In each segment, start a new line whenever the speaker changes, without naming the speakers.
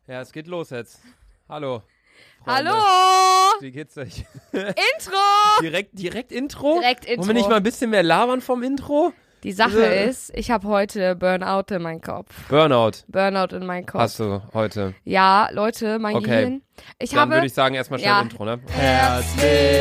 Ja, es geht los jetzt. Hallo. Freunde.
Hallo!
Wie geht's euch?
Intro!
Direkt Intro?
Direkt Intro.
Wollen wir nicht mal ein bisschen mehr labern vom Intro?
Die Sache ist, ich habe heute Burnout in meinem Kopf.
Burnout
Burnout in meinem Kopf.
hast du heute.
Ja, Leute, mein
Okay.
Gehirn.
Dann würde ich sagen, erstmal schnell
Ja.
Intro, ne?
Herzlich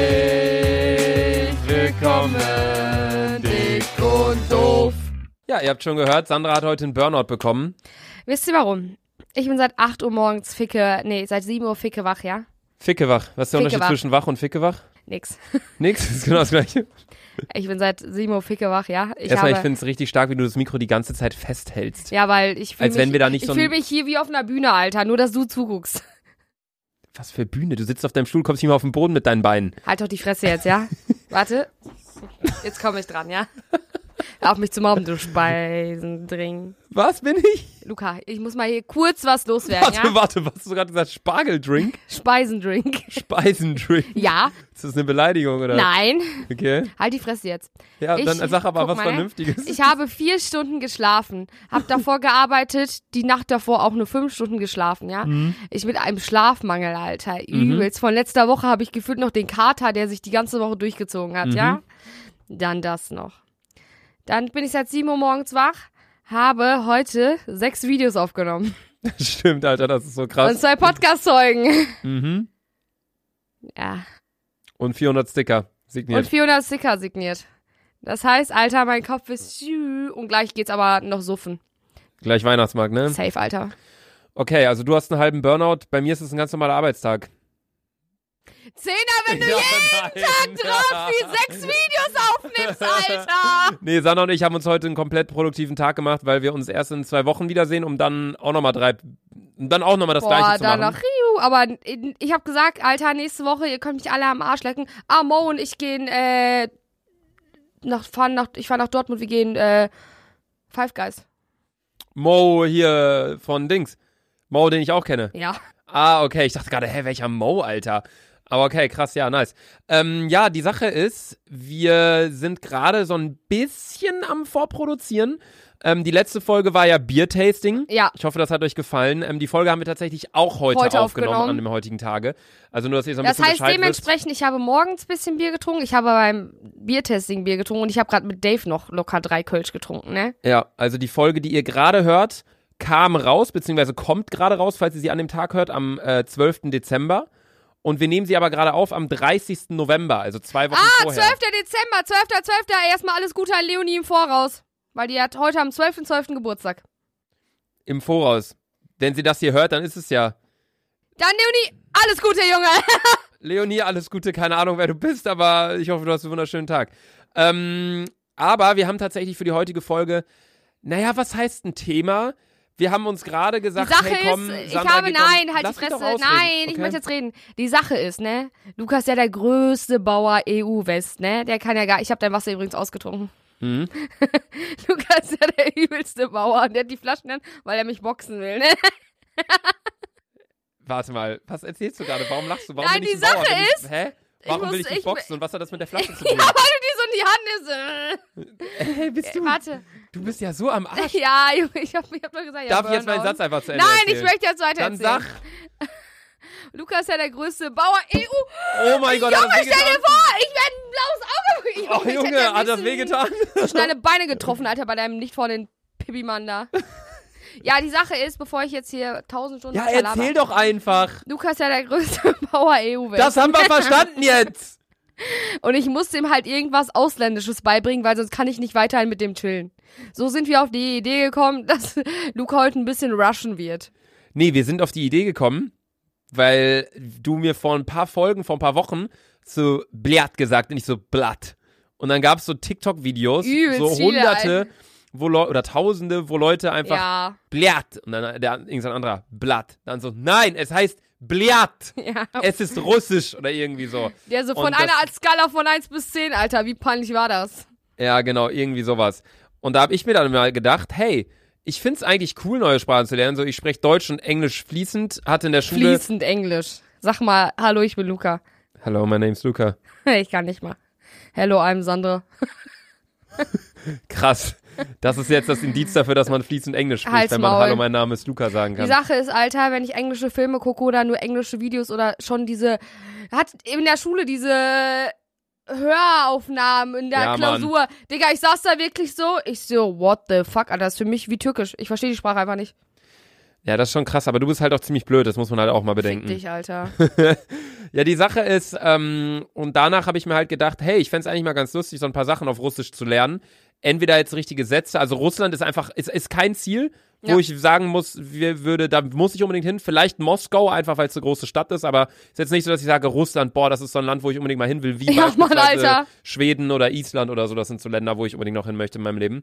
willkommen, dick und doof.
Ja, ihr habt schon gehört, Sandra hat heute einen Burnout bekommen.
Wisst ihr warum? Ich bin seit 8 Uhr morgens seit 7 Uhr ficke wach, ja?
Fickewach. Was ist der Unterschied
Fickewach.
zwischen wach und Fickewach?
Nix.
Nix, das ist genau das Gleiche.
Ich bin seit 7 Uhr ficke wach, ja? Ich
finde es richtig stark, wie du das Mikro die ganze Zeit festhältst.
Ja, weil ich fühle
Als wenn wir da nicht so ein-
fühle mich hier wie auf einer Bühne, Alter, nur dass du zuguckst.
Was für Bühne? Du sitzt auf deinem Stuhl, kommst nicht mal auf den Boden mit deinen Beinen.
Halt doch die Fresse jetzt, ja? Warte. Jetzt komme ich dran, ja? Hör auf mich zu mobben, du Speisendring.
Was bin ich?
Luca, ich muss mal hier kurz was loswerden, ja?
Warte, was hast du gerade gesagt? Spargeldrink?
Speisendrink.
Speisendrink?
Ja,
Ist das eine Beleidigung, oder?
nein.
Okay.
Halt die Fresse jetzt.
Ja, dann sag aber
guck
was
mal,
Vernünftiges.
Ich habe 4 Stunden geschlafen, hab davor gearbeitet, die Nacht davor auch nur 5 Stunden geschlafen, ja? Ich mit einem Schlafmangel, Alter, übelst. Von letzter Woche habe ich gefühlt noch den Kater, der sich die ganze Woche durchgezogen hat, ja? Dann das noch. Dann bin ich seit 7 Uhr morgens wach, habe heute 6 Videos aufgenommen.
Stimmt, Alter, das ist so krass.
Und 2 Podcast-Zeugen.
Mhm.
Ja.
Und 400 Sticker signiert.
Und 400 Sticker signiert. Das heißt, Alter, mein Kopf ist und gleich geht's aber noch suffen.
Gleich Weihnachtsmarkt, ne?
Safe, Alter.
Okay, also du hast einen halben Burnout. Bei mir ist es ein ganz normaler Arbeitstag.
Zehner, wenn du jeden Tag drauf wie 6 Videos aufnimmst, Alter.
Nee, Sandra und ich haben uns heute einen komplett produktiven Tag gemacht, weil wir uns erst in 2 Wochen wiedersehen, um dann auch nochmal das Gleiche zu
dann
machen.
noch Riu. Aber ich habe gesagt, Alter, nächste Woche, ihr könnt mich alle am Arsch lecken. Mo und ich gehen, ich fahr nach Dortmund, wir gehen, Five Guys.
Mo hier von Dings. Mo, den ich auch kenne.
Ja.
Ah, okay. Ich dachte gerade, welcher Mo, Alter? Aber okay, krass, ja, nice. Ja, die Sache ist, wir sind gerade so ein bisschen am Vorproduzieren. Die letzte Folge war ja Bier-Tasting.
Ja.
Ich hoffe, das hat euch gefallen. Die Folge haben wir tatsächlich auch heute aufgenommen an dem heutigen Tage. Also nur, dass ihr so ein
Das
bisschen
heißt,
Bescheid wisst.
dementsprechend, ich habe morgens ein bisschen Bier getrunken, ich habe beim Biertesting Bier getrunken und ich habe gerade mit Dave noch locker 3 Kölsch getrunken, ne?
Ja, also die Folge, die ihr gerade hört, kam raus, beziehungsweise kommt gerade raus, falls ihr sie an dem Tag hört, am 12. Dezember. Und wir nehmen sie aber gerade auf am 30. November, also 2 Wochen vorher.
12. Dezember, 12.12. Erstmal alles Gute an Leonie im Voraus. Weil die hat heute am 12.12. Geburtstag.
Im Voraus. Wenn sie das hier hört, dann ist es ja.
Dann Leonie, alles Gute, Junge.
Leonie, alles Gute, keine Ahnung, wer du bist, aber ich hoffe, du hast einen wunderschönen Tag. Aber wir haben tatsächlich für die heutige Folge, was heißt ein Thema? Wir haben uns gerade gesagt,
Die Sache
hey komm,
ist,
Sandra,
halt die
lass mich
Fresse.
doch ausreden,
Nein,
okay?
ich möchte jetzt reden. Die Sache ist, ne, Lukas ist ja der größte Bauer EU-West, ne? Der kann ja gar, ich habe dein Wasser übrigens ausgetrunken.
Mhm.
Lukas ist ja der übelste Bauer und der hat die Flaschen dann, weil er mich boxen will, ne?
Warte mal, was erzählst du gerade? Warum lachst du? Warum
Nein,
bin ich
die
ein Bauer?
Sache
Wenn ich, Warum will ich dich boxen und was hat das mit der Flasche zu tun?
Ja, weil du die so in die Hand nimmst.
Hey, bist du?
Warte.
Du bist ja so am Arsch.
Ja, Junge, ich hab nur gesagt, ja,
Darf ich jetzt meinen
Burnout.
Satz einfach zu Ende
Nein,
erzählen?
ich möchte jetzt weiter
Dann
erzählen.
sag.
Lukas ist ja der größte Bauer EU.
Oh mein Gott,
Junge,
hat das
stell dir
wehgetan?
vor, ich werde ein blaues Auge.
Oh
Ich hätte
Junge,
ja
hat das
müssen
wehgetan?
zwischen deine Beine getroffen, Alter, bei deinem nicht vor den Pipi-Mann da. Ja, die Sache ist, bevor ich jetzt hier 1000 Stunden
Ja, erzähl doch einfach.
Lukas ist ja der größte Bauer EU-Welt.
Das haben wir verstanden jetzt.
Und ich musste ihm halt irgendwas Ausländisches beibringen, weil sonst kann ich nicht weiterhin mit dem chillen. So sind wir auf die Idee gekommen, dass Luca heute ein bisschen rushen wird.
Nee, wir sind auf die Idee gekommen, weil du mir vor ein paar Wochen so Blatt gesagt und nicht so Blatt. Und dann gab es so TikTok-Videos,
Übelst
so
viele,
Hunderte oder Tausende, wo Leute einfach
Ja.
Blatt und dann irgendein anderer Blatt. Dann so, nein, es heißt Blatt.
Ja.
Es ist russisch oder irgendwie so.
Der so von
Und
einer Skala von 1 bis 10, Alter, wie peinlich war das?
Ja, genau, irgendwie sowas. Und da habe ich mir dann mal gedacht, hey, ich find's eigentlich cool, neue Sprachen zu lernen. So, ich spreche Deutsch und Englisch fließend, hatte in der Schule...
Fließend Englisch. Sag mal, hallo, ich bin Luca.
Hello, my name's Luca.
Ich kann nicht mal. Hello, I'm Sandra.
Krass. Das ist jetzt das Indiz dafür, dass man fließend Englisch spricht,
Halt's
wenn man
Maul.
Hallo, mein Name ist Luca sagen
Die
kann.
Sache ist, Alter, wenn ich englische Filme gucke oder nur englische Videos oder schon hat in der Schule diese Höraufnahmen in der
Ja,
Klausur. Digga, ich saß da wirklich so, what the fuck, Alter, das ist für mich wie Türkisch. Ich verstehe die Sprache einfach nicht.
Ja, das ist schon krass, aber du bist halt auch ziemlich blöd, das muss man halt auch mal
Fick
bedenken.
dich, Alter.
Ja, die Sache ist, und danach habe ich mir halt gedacht, hey, ich fänd's eigentlich mal ganz lustig, so ein paar Sachen auf Russisch zu lernen. Entweder jetzt richtige Sätze, also Russland ist einfach, ist kein Ziel, wo
Ja.
ich sagen muss, da muss ich unbedingt hin. Vielleicht Moskau, einfach weil es eine große Stadt ist, aber ist jetzt nicht so, dass ich sage, Russland, boah, das ist so ein Land, wo ich unbedingt mal hin will, wie
Ja, Mann,
beispielsweise
Alter.
Schweden oder Island oder so, das sind so Länder, wo ich unbedingt noch hin möchte in meinem Leben.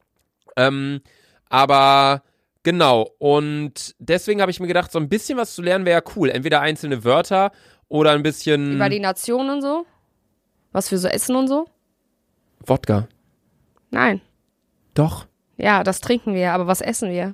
Aber genau, und deswegen habe ich mir gedacht, so ein bisschen was zu lernen wäre ja cool. Entweder einzelne Wörter oder ein bisschen
Über die Nation und so. Was wir so essen und so.
Wodka.
Nein.
Doch.
Ja, das trinken wir, aber was essen wir?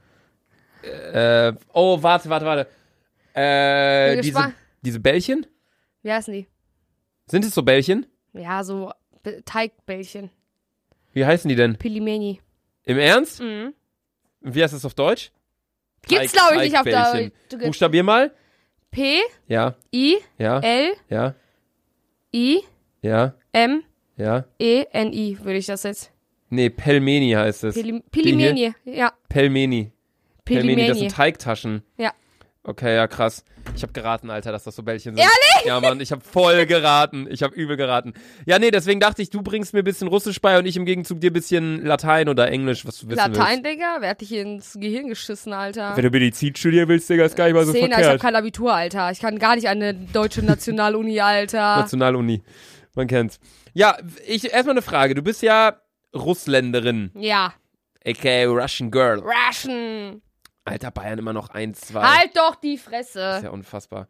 Oh, warte.
Bin gespannt.
Diese Bällchen?
Wie heißen die?
Sind es so Bällchen?
Ja, so Teigbällchen.
Wie heißen die denn?
Pilimeni.
Im Ernst?
Mhm.
Wie heißt das auf Deutsch?
Gibt's, glaube ich, nicht auf
Teigbällchen.
Deutsch.
Buchstabier mal.
P,
Ja,
I,
ja,
L,
ja,
I,
ja,
M,
ja.
E, N, I, würde ich das jetzt.
Nee, Pelmeni heißt es.
Pilimeni, ja.
Pelmeni. Pelmeni, das
Pilimeni.
sind Teigtaschen.
Ja.
Okay, ja, krass. Ich habe geraten, Alter, dass das so Bällchen sind. Ehrlich? Ja, Mann, ich habe voll geraten. Ich habe übel geraten. Ja, nee, deswegen dachte ich, du bringst mir ein bisschen Russisch bei und ich im Gegenzug dir ein bisschen Latein oder Englisch, was du wissen
Latein, Digga? Wer hat dich ins Gehirn geschissen, Alter?
willst. Wenn du Medizin studieren willst, Digga, ist gar nicht mal so
10, ich hab
verkehrt.
kein Abitur, Alter. Ich kann gar nicht an eine deutsche Nationaluni, Alter.
Nationaluni. Man kennt's. Ja, erstmal eine Frage. Du bist ja Russländerin,
Ja.
aka Russian Girl.
Russian.
Alter, Bayern immer noch 1, 2.
Halt doch die
Das ist
Fresse.
ja unfassbar.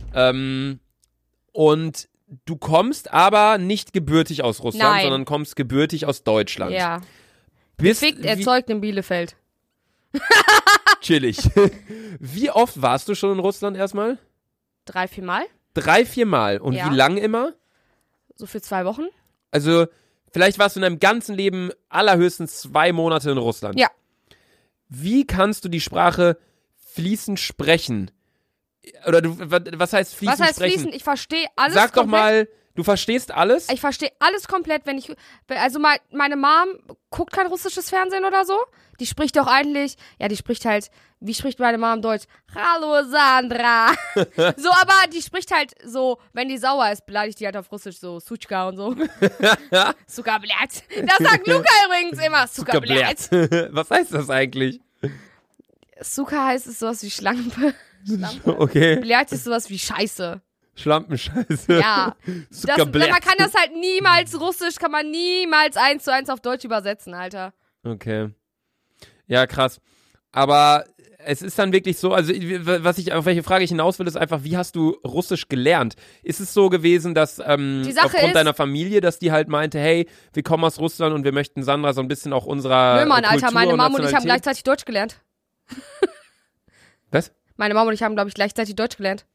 Und du kommst aber nicht gebürtig aus Russland,
Nein.
sondern kommst gebürtig aus Deutschland.
Ja.
Bist
Fickt
wie
erzeugt in Bielefeld.
chillig. Wie oft warst du schon in Russland erstmal?
3, 4 Mal.
3, 4 Mal. Und
Ja.
wie lang immer?
So für 2 Wochen.
Also, vielleicht warst du in deinem ganzen Leben allerhöchstens 2 Monate in Russland.
Ja.
Wie kannst du die Sprache fließend sprechen? Oder was heißt fließend
Was heißt
sprechen?
fließend? Ich verstehe alles
Sag doch
komplett.
mal, du verstehst alles?
Ich verstehe alles komplett, wenn ich. Also meine Mom guckt kein russisches Fernsehen oder so. Die spricht doch eigentlich. Ja, die spricht halt. Wie spricht meine Mom Deutsch? Hallo Sandra. So, aber die spricht halt so, wenn die sauer ist, beleidigt die halt auf Russisch so Suchka und so. Suka blät. Das sagt Luca übrigens immer. Suka blät.
Was heißt das eigentlich?
Suka heißt es sowas wie Schlampe.
Okay.
Blät ist sowas wie Scheiße.
Schlampenscheiße.
Ja.
Suka blät.
Man kann das halt niemals Russisch, kann man niemals 1:1 auf Deutsch übersetzen, Alter.
Okay. Ja, krass. Aber es ist dann wirklich so, also auf welche Frage ich hinaus will, ist einfach, wie hast du Russisch gelernt? Ist es so gewesen, dass
Sache
aufgrund
ist-
deiner Familie, dass die halt meinte, hey, wir kommen aus Russland und wir möchten Sandra so ein bisschen auch unserer
Nö, Mann,
Kultur
Alter, meine
und
Mom und ich haben
Nationalität-
gleichzeitig Deutsch gelernt.
Was?
Meine Mom und ich haben, glaube ich, gleichzeitig Deutsch gelernt.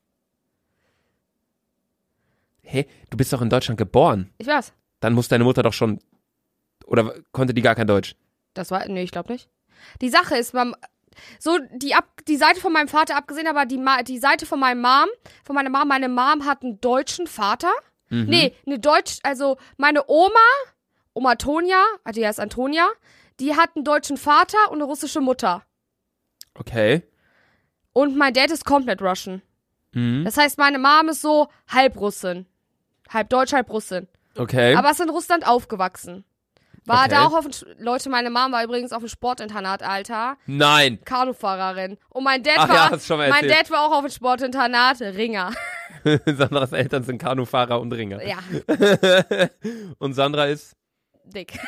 Hä? Du bist doch in Deutschland geboren.
Ich weiß.
Dann muss deine Mutter doch schon, oder konnte die gar kein Deutsch?
Nee, ich glaube nicht. Die Sache ist, die Seite von meinem Vater abgesehen, aber die Seite von meiner Mom, meine Mom hat einen deutschen Vater.
Mhm.
Nee, also meine Oma Tonja, die heißt Antonia, die hat einen deutschen Vater und eine russische Mutter.
Okay.
Und mein Dad ist komplett Russian.
Mhm.
Das heißt, meine Mom ist so halb Russin. Halb Deutsch, halb Russin.
Okay.
Aber ist in Russland aufgewachsen. War
Okay.
da auch Leute, meine Mom war übrigens auf dem Sportinternat, Alter.
Nein.
Kanufahrerin. Und mein Dad
Ach ja, hast du schon mal
mein
erzählt.
Dad war auch auf dem Sportinternat, Ringer.
Sandras Eltern sind Kanufahrer und Ringer.
Ja,
Und Sandra ist
dick.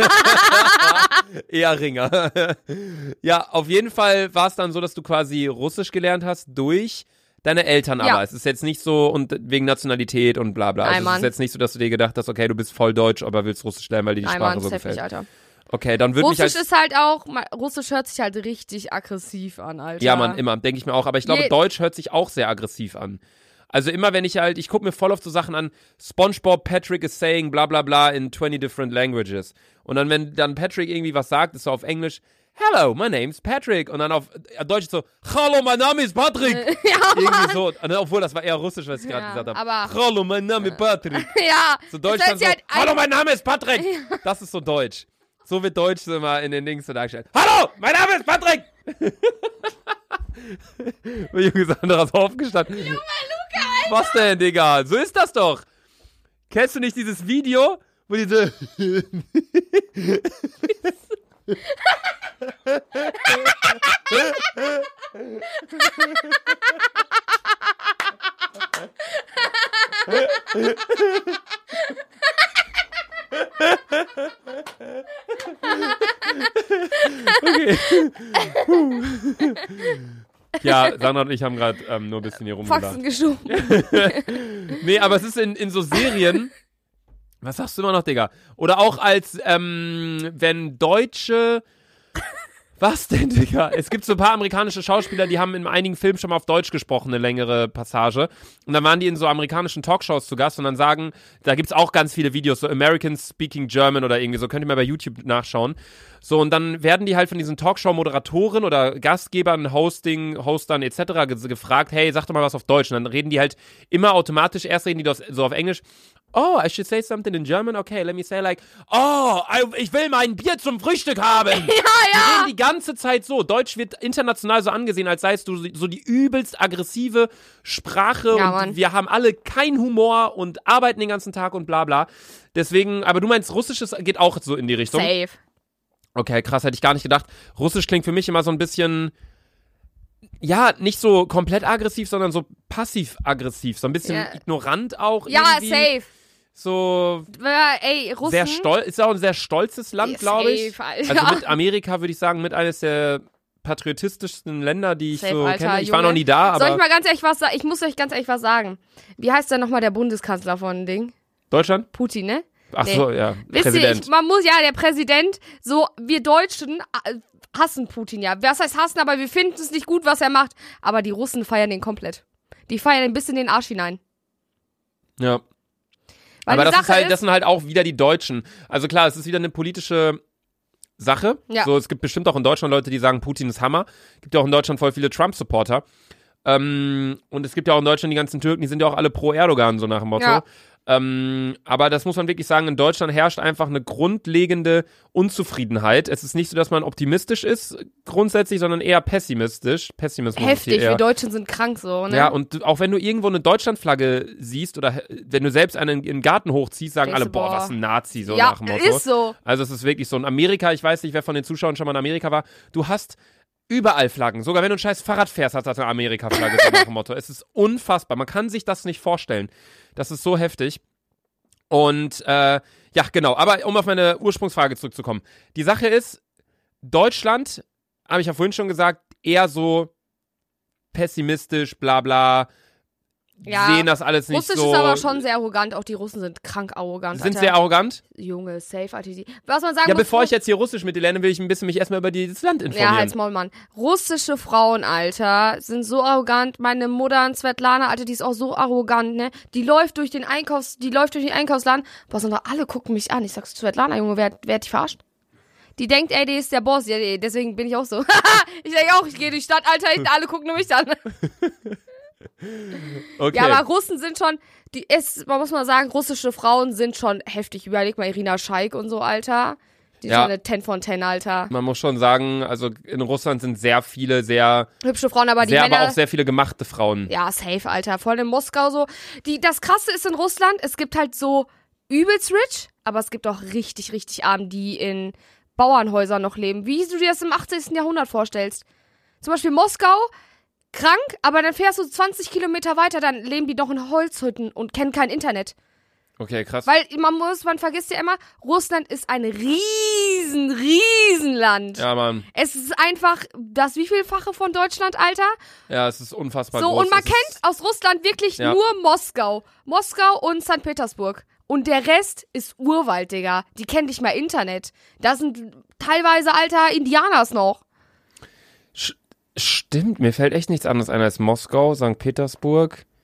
eher Ringer. Ja, auf jeden Fall war es dann so, dass du quasi Russisch gelernt hast durch deine Eltern, aber
Ja.
es ist jetzt nicht so und wegen Nationalität und bla bla.
Nein,
Also es ist
Mann.
jetzt nicht so, dass du dir gedacht hast, okay, du bist voll Deutsch, aber willst Russisch lernen, weil dir die
Nein,
Sprache
Mann,
so
ist heftig,
gefällt.
Alter.
Okay, dann würde mich
Russisch
als
ist halt auch, Russisch hört sich halt richtig aggressiv an, Alter.
ja, Mann, immer, denke ich mir auch. Aber ich glaube,
Je-
Deutsch hört sich auch sehr aggressiv an. Also immer wenn ich gucke mir voll oft so Sachen an, SpongeBob Patrick is saying bla bla bla in 20 different languages. Und dann, wenn dann Patrick irgendwie was sagt, ist so auf Englisch, hello, my name's Patrick. Und dann auf Deutsch ist so, hallo, mein Name ist Patrick. Irgendwie so, obwohl das war eher russisch, was ich gerade gesagt habe.
Aber
hallo, mein Name ist Patrick.
ja.
So Deutsch dann so, halt hallo, mein Name ist Patrick. Das ist so Deutsch. So wird Deutsch immer in den Dings so dargestellt. Hallo, mein Name ist Patrick. Junge Sandra ist aufgestanden.
Junge, Luca, Alter.
Was denn, Digga? So ist das doch. Kennst du nicht dieses Video, wo diese... Okay. Ja, Sandra und ich haben gerade nur ein bisschen hier rumgelacht.
Faxen geschoben.
Nee, aber es ist in so Serien. Was sagst du immer noch, Digga? Oder auch als, wenn Deutsche. Was denn, Digga? Es gibt so ein paar amerikanische Schauspieler, die haben in einigen Filmen schon mal auf Deutsch gesprochen, eine längere Passage. Und dann waren die in so amerikanischen Talkshows zu Gast und dann sagen, da gibt's auch ganz viele Videos, so Americans Speaking German oder irgendwie so, könnt ihr mal bei YouTube nachschauen. So, und dann werden die halt von diesen Talkshow-Moderatoren oder Gastgebern, Hostern etc. gefragt, hey, sag doch mal was auf Deutsch. Und dann reden die halt immer automatisch, erst reden die so auf Englisch. Oh, I should say something in German? Okay, let me say like, oh, ich will mein Bier zum Frühstück haben.
Ja.
Die reden die ganze Zeit so. Deutsch wird international so angesehen, als sei es so die übelst aggressive Sprache.
Ja,
und
Mann.
wir haben alle keinen Humor und arbeiten den ganzen Tag und bla bla. Deswegen, aber du meinst, Russisches geht auch so in die Richtung?
Safe.
Okay, krass, hätte ich gar nicht gedacht. Russisch klingt für mich immer so ein bisschen... Ja, nicht so komplett aggressiv, sondern so passiv-aggressiv. So ein bisschen ignorant auch
Ja,
irgendwie.
safe.
So
Ey, Russen.
sehr stolz, ist auch ein sehr stolzes Land, glaube ich.
Safe, Alter.
Also mit Amerika würde ich sagen, mit eines der patriotistischsten Länder, die ich
Safe,
so
Alter,
kenne. Ich war
Junge.
noch nie da, aber
Soll ich mal ganz ehrlich was sagen? Ich muss euch ganz ehrlich was sagen. Wie heißt denn nochmal der Bundeskanzler von Ding?
Deutschland?
Putin, ne?
Ach
Nee.
so, ja.
Wisst
Präsident.
ihr, man muss ja, der Präsident, so, wir Deutschen hassen Putin ja. Was heißt hassen, aber wir finden es nicht gut, was er macht. Aber die Russen feiern den komplett. Die feiern den bis in den Arsch hinein.
Ja.
Weil
Aber
die Sache
das sind halt auch wieder die Deutschen. Also klar, es ist wieder eine politische Sache.
Ja.
So, es gibt bestimmt auch in Deutschland Leute, die sagen, Putin ist Hammer. Es gibt ja auch in Deutschland voll viele Trump-Supporter. Und es gibt ja auch in Deutschland die ganzen Türken, die sind ja auch alle pro Erdogan, so nach dem Motto.
Ja.
Aber das muss man wirklich sagen, in Deutschland herrscht einfach eine grundlegende Unzufriedenheit. Es ist nicht so, dass man optimistisch ist grundsätzlich, sondern eher pessimistisch. Pessimismus ist
Heftig,
hier eher.
wir Deutschen sind krank so, ne?
Ja, und auch wenn du irgendwo eine Deutschlandflagge siehst oder wenn du selbst einen in den Garten hochziehst, sagen
Denkst
alle,
du,
boah,
boah.
was ein Nazi, so
Ja,
nach dem Motto.
ist so.
Also es ist wirklich so. In Amerika, ich weiß nicht, wer von den Zuschauern schon mal in Amerika war, du hast überall Flaggen. Sogar wenn du ein scheiß Fahrrad fährst, hast du eine Amerika-Flagge, so nach dem Motto. Es ist unfassbar. Man kann sich das nicht vorstellen. Das ist so heftig. Und ja, genau. Aber um auf meine Ursprungsfrage zurückzukommen. Die Sache ist, Deutschland, habe ich ja vorhin schon gesagt, eher so pessimistisch, bla bla,
Ja.
sehen das alles nicht
Russisch
so.
ist aber schon sehr arrogant. Auch die Russen sind krank arrogant.
Sind
Alter.
sehr arrogant?
Junge, safe, Alter. Was man sagen
Ja,
muss,
bevor ich jetzt hier Russisch mit dir lerne, will ich ein bisschen mich erstmal über das Land informieren.
Ja, halt's Maul, Mann. Russische Frauen, Alter, sind so arrogant. Meine Mutter, Svetlana, Alter, die ist auch so arrogant, ne? Die läuft durch den Einkaufsladen. Boah, sondern alle gucken mich an. Ich sag, Svetlana, Junge, wer hat dich verarscht? Die denkt, ey, die ist der Boss. Ja, deswegen bin ich auch so. Ich denke auch, ich gehe durch die Stadt, Alter, alle gucken nur mich an.
Okay.
Ja, aber Russen sind schon, man muss mal sagen, russische Frauen sind schon heftig. Überleg mal, Irina Scheik und so, Alter. Die ist
Ja.
schon eine 10 von 10, Alter.
Man muss schon sagen, also in Russland sind sehr viele,
Hübsche Frauen, aber die
aber
Männer...
auch sehr viele gemachte Frauen.
Ja, safe, Alter. Vor allem in Moskau so. Das Krasse ist in Russland, es gibt halt so übelst rich, aber es gibt auch richtig, richtig arm, die in Bauernhäusern noch leben. Wie du dir das im 18. Jahrhundert vorstellst. Zum Beispiel Moskau, krank, aber dann fährst du 20 Kilometer weiter, dann leben die doch in Holzhütten und kennen kein Internet.
Okay, krass.
Weil man vergisst ja immer, Russland ist ein riesen Land.
Ja, Mann.
Es ist einfach das wievielfache von Deutschland, Alter?
Ja, es ist unfassbar
So,
groß.
und man
Es
kennt
ist,
aus Russland wirklich
Ja.
nur Moskau. Moskau und St. Petersburg. Und der Rest ist Urwald, Digga. Die kennen nicht mal Internet. Da sind teilweise, Alter, Indianers noch.
Stimmt, mir fällt echt nichts anderes ein als Moskau, St. Petersburg.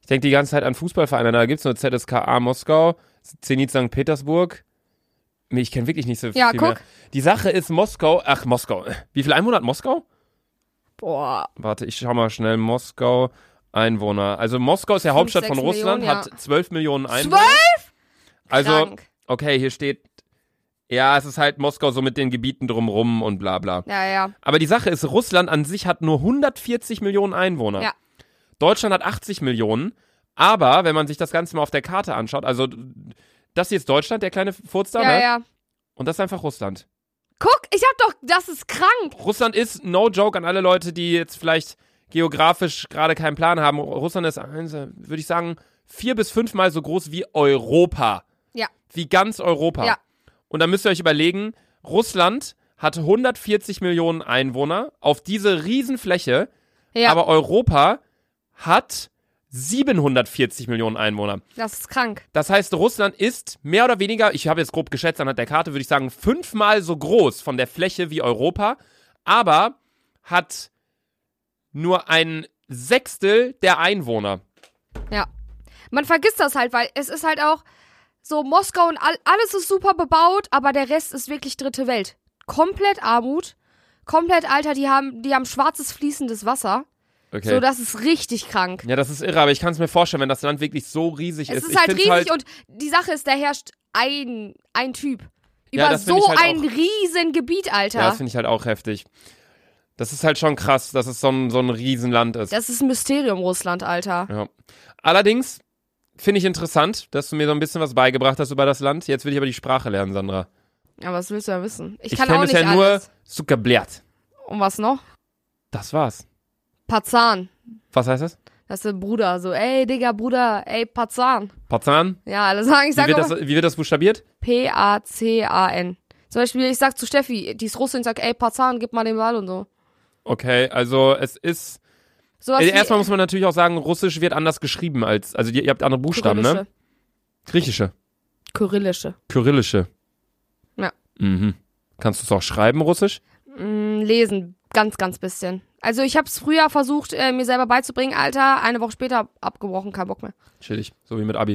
Ich denke die ganze Zeit an Fußballvereine. Da gibt es nur ZSKA Moskau, Zenit St. Petersburg. Ich kenne wirklich nicht so viel mehr. Die Sache ist Moskau. Wie viele Einwohner hat Moskau?
Boah.
Warte, ich schau mal schnell. Moskau, Einwohner. Also Moskau ist ja Hauptstadt von Russland,
Millionen,
hat 12 Millionen Einwohner.
12?
Also,
Krank.
okay, hier steht, ja, es ist halt Moskau so mit den Gebieten drumrum und bla bla.
Ja.
Aber die Sache ist, Russland an sich hat nur 140 Millionen Einwohner.
Ja.
Deutschland hat 80 Millionen. Aber, wenn man sich das Ganze mal auf der Karte anschaut, also, das hier ist Deutschland, der kleine Furz da, ne?
Ja.
Und das ist einfach Russland.
Guck, das ist krank.
Russland ist, no joke an alle Leute, die jetzt vielleicht geografisch gerade keinen Plan haben. Russland ist, würde ich sagen, 4 bis 5 Mal so groß wie Europa.
Ja.
Wie ganz Europa.
Ja.
Und da müsst ihr euch überlegen, Russland hat 140 Millionen Einwohner auf diese Riesenfläche, aber Europa hat 740 Millionen Einwohner.
Das ist krank.
Das heißt, Russland ist mehr oder weniger, ich habe jetzt grob geschätzt anhand der Karte, würde ich sagen, 5-mal so groß von der Fläche wie Europa, aber hat nur ein Sechstel der Einwohner.
Ja. Man vergisst das halt, weil es ist halt auch so Moskau und alles ist super bebaut, aber der Rest ist wirklich dritte Welt. Komplett Armut, komplett Alter, die haben schwarzes fließendes Wasser.
Okay.
So, das ist richtig krank.
Ja, das ist irre, aber ich kann es mir vorstellen, wenn das Land wirklich so riesig ist.
Es ist halt riesig und die Sache ist, da herrscht ein Typ. Über so ein riesen Gebiet, Alter.
Ja, das finde ich halt auch heftig. Das ist halt schon krass, dass es so ein Riesenland ist.
Das ist ein Mysterium, Russland, Alter.
Ja. Allerdings finde ich interessant, dass du mir so ein bisschen was beigebracht hast über das Land. Jetzt will ich aber die Sprache lernen, Sandra.
Ja, was willst du ja wissen? Ich
kann
auch
auch
nicht
ja
alles.
Nur Zuckerblärt.
Und was noch?
Das war's.
Pazan.
Was heißt das?
Das ist der Bruder. So, ey, Digga, Bruder, ey, Pazan.
Pazan?
Ja, alle sagen,
Wie wird das buchstabiert?
P-A-C-A-N. Zum Beispiel, ich sag zu Steffi, die ist Russin, sag, ey, Pazan, gib mal den Ball und so.
Okay, also es ist... erstmal muss man natürlich auch sagen, Russisch wird anders geschrieben als... Also ihr habt andere Buchstaben, ne? Griechische. Kyrillische.
Ja.
Mhm. Kannst du es auch schreiben, Russisch?
Lesen, ganz, ganz bisschen. Also ich hab's früher versucht, mir selber beizubringen, Alter, eine Woche später abgebrochen, kein Bock mehr.
Chillig, so wie mit Abi.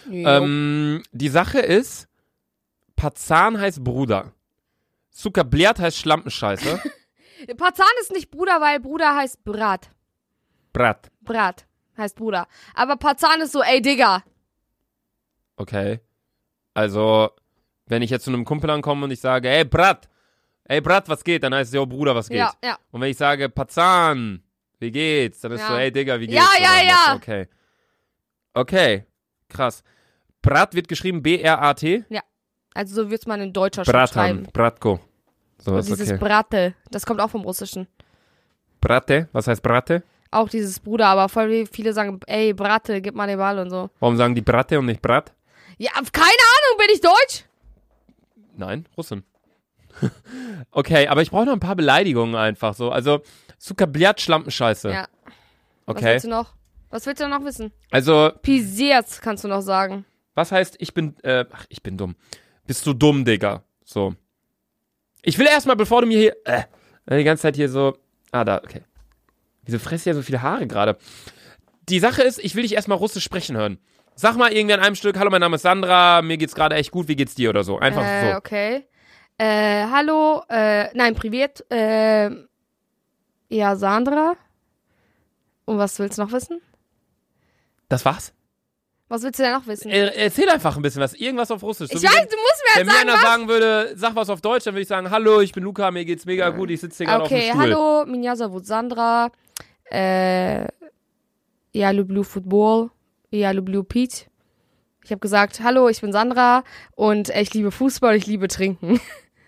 Die Sache ist, Pazan heißt Bruder. Zuckerblärt heißt Schlampenscheiße.
Pazan ist nicht Bruder, weil Bruder heißt Brat. Brat heißt Bruder. Aber Pazan ist so, ey, Digga.
Okay. Also, wenn ich jetzt zu einem Kumpel ankomme und ich sage, ey, Brat, was geht? Dann heißt es, yo, Bruder, was geht?
Ja.
Und wenn ich sage, Pazan, wie geht's? Dann ist so, ey, Digga, wie geht's?
Ja.
Okay, krass. Brat wird geschrieben B-R-A-T?
Ja, also so wird's man in deutscher Schrift schreiben.
Bratko. So
und dieses Brate, das kommt auch vom Russischen.
Brate? Was heißt Brate?
Auch dieses Bruder, aber voll viele sagen, ey, Brate, gib mal den Ball und so.
Warum sagen die Brate und nicht Brat?
Ja, keine Ahnung, bin ich deutsch?
Nein, Russin. Okay, aber ich brauche noch ein paar Beleidigungen einfach so. Also, Zuckerblärt, Schlampenscheiße.
Ja.
Okay.
Was willst du noch wissen?
Also.
Pisiert kannst du noch sagen.
Was heißt, ich bin dumm. Bist du dumm, Digga? So. Ich will erstmal, bevor du mir hier, die ganze Zeit hier so, da, okay. Wieso frisst du ja so viele Haare gerade? Die Sache ist, ich will dich erstmal Russisch sprechen hören. Sag mal irgendwie an einem Stück, hallo, mein Name ist Sandra, mir geht's gerade echt gut, wie geht's dir oder so? Einfach so.
Okay. Hallo, nein, privat, ja, Sandra. Und was willst du noch wissen?
Das war's?
Was willst du denn noch wissen?
Erzähl einfach ein bisschen was, irgendwas auf Russisch.
Ich weiß, du musst mir
jetzt sagen, wenn mir einer sagen würde, sag was auf Deutsch, dann würde ich sagen, hallo, ich bin Luca, mir geht's mega gut, ich sitze hier gerade auf dem Stuhl.
Okay, hallo, меня зовут Sandra, я люблю футбол, я люблю пить. Ich habe gesagt, hallo, ich bin Sandra und ich liebe Fußball, ich liebe Trinken.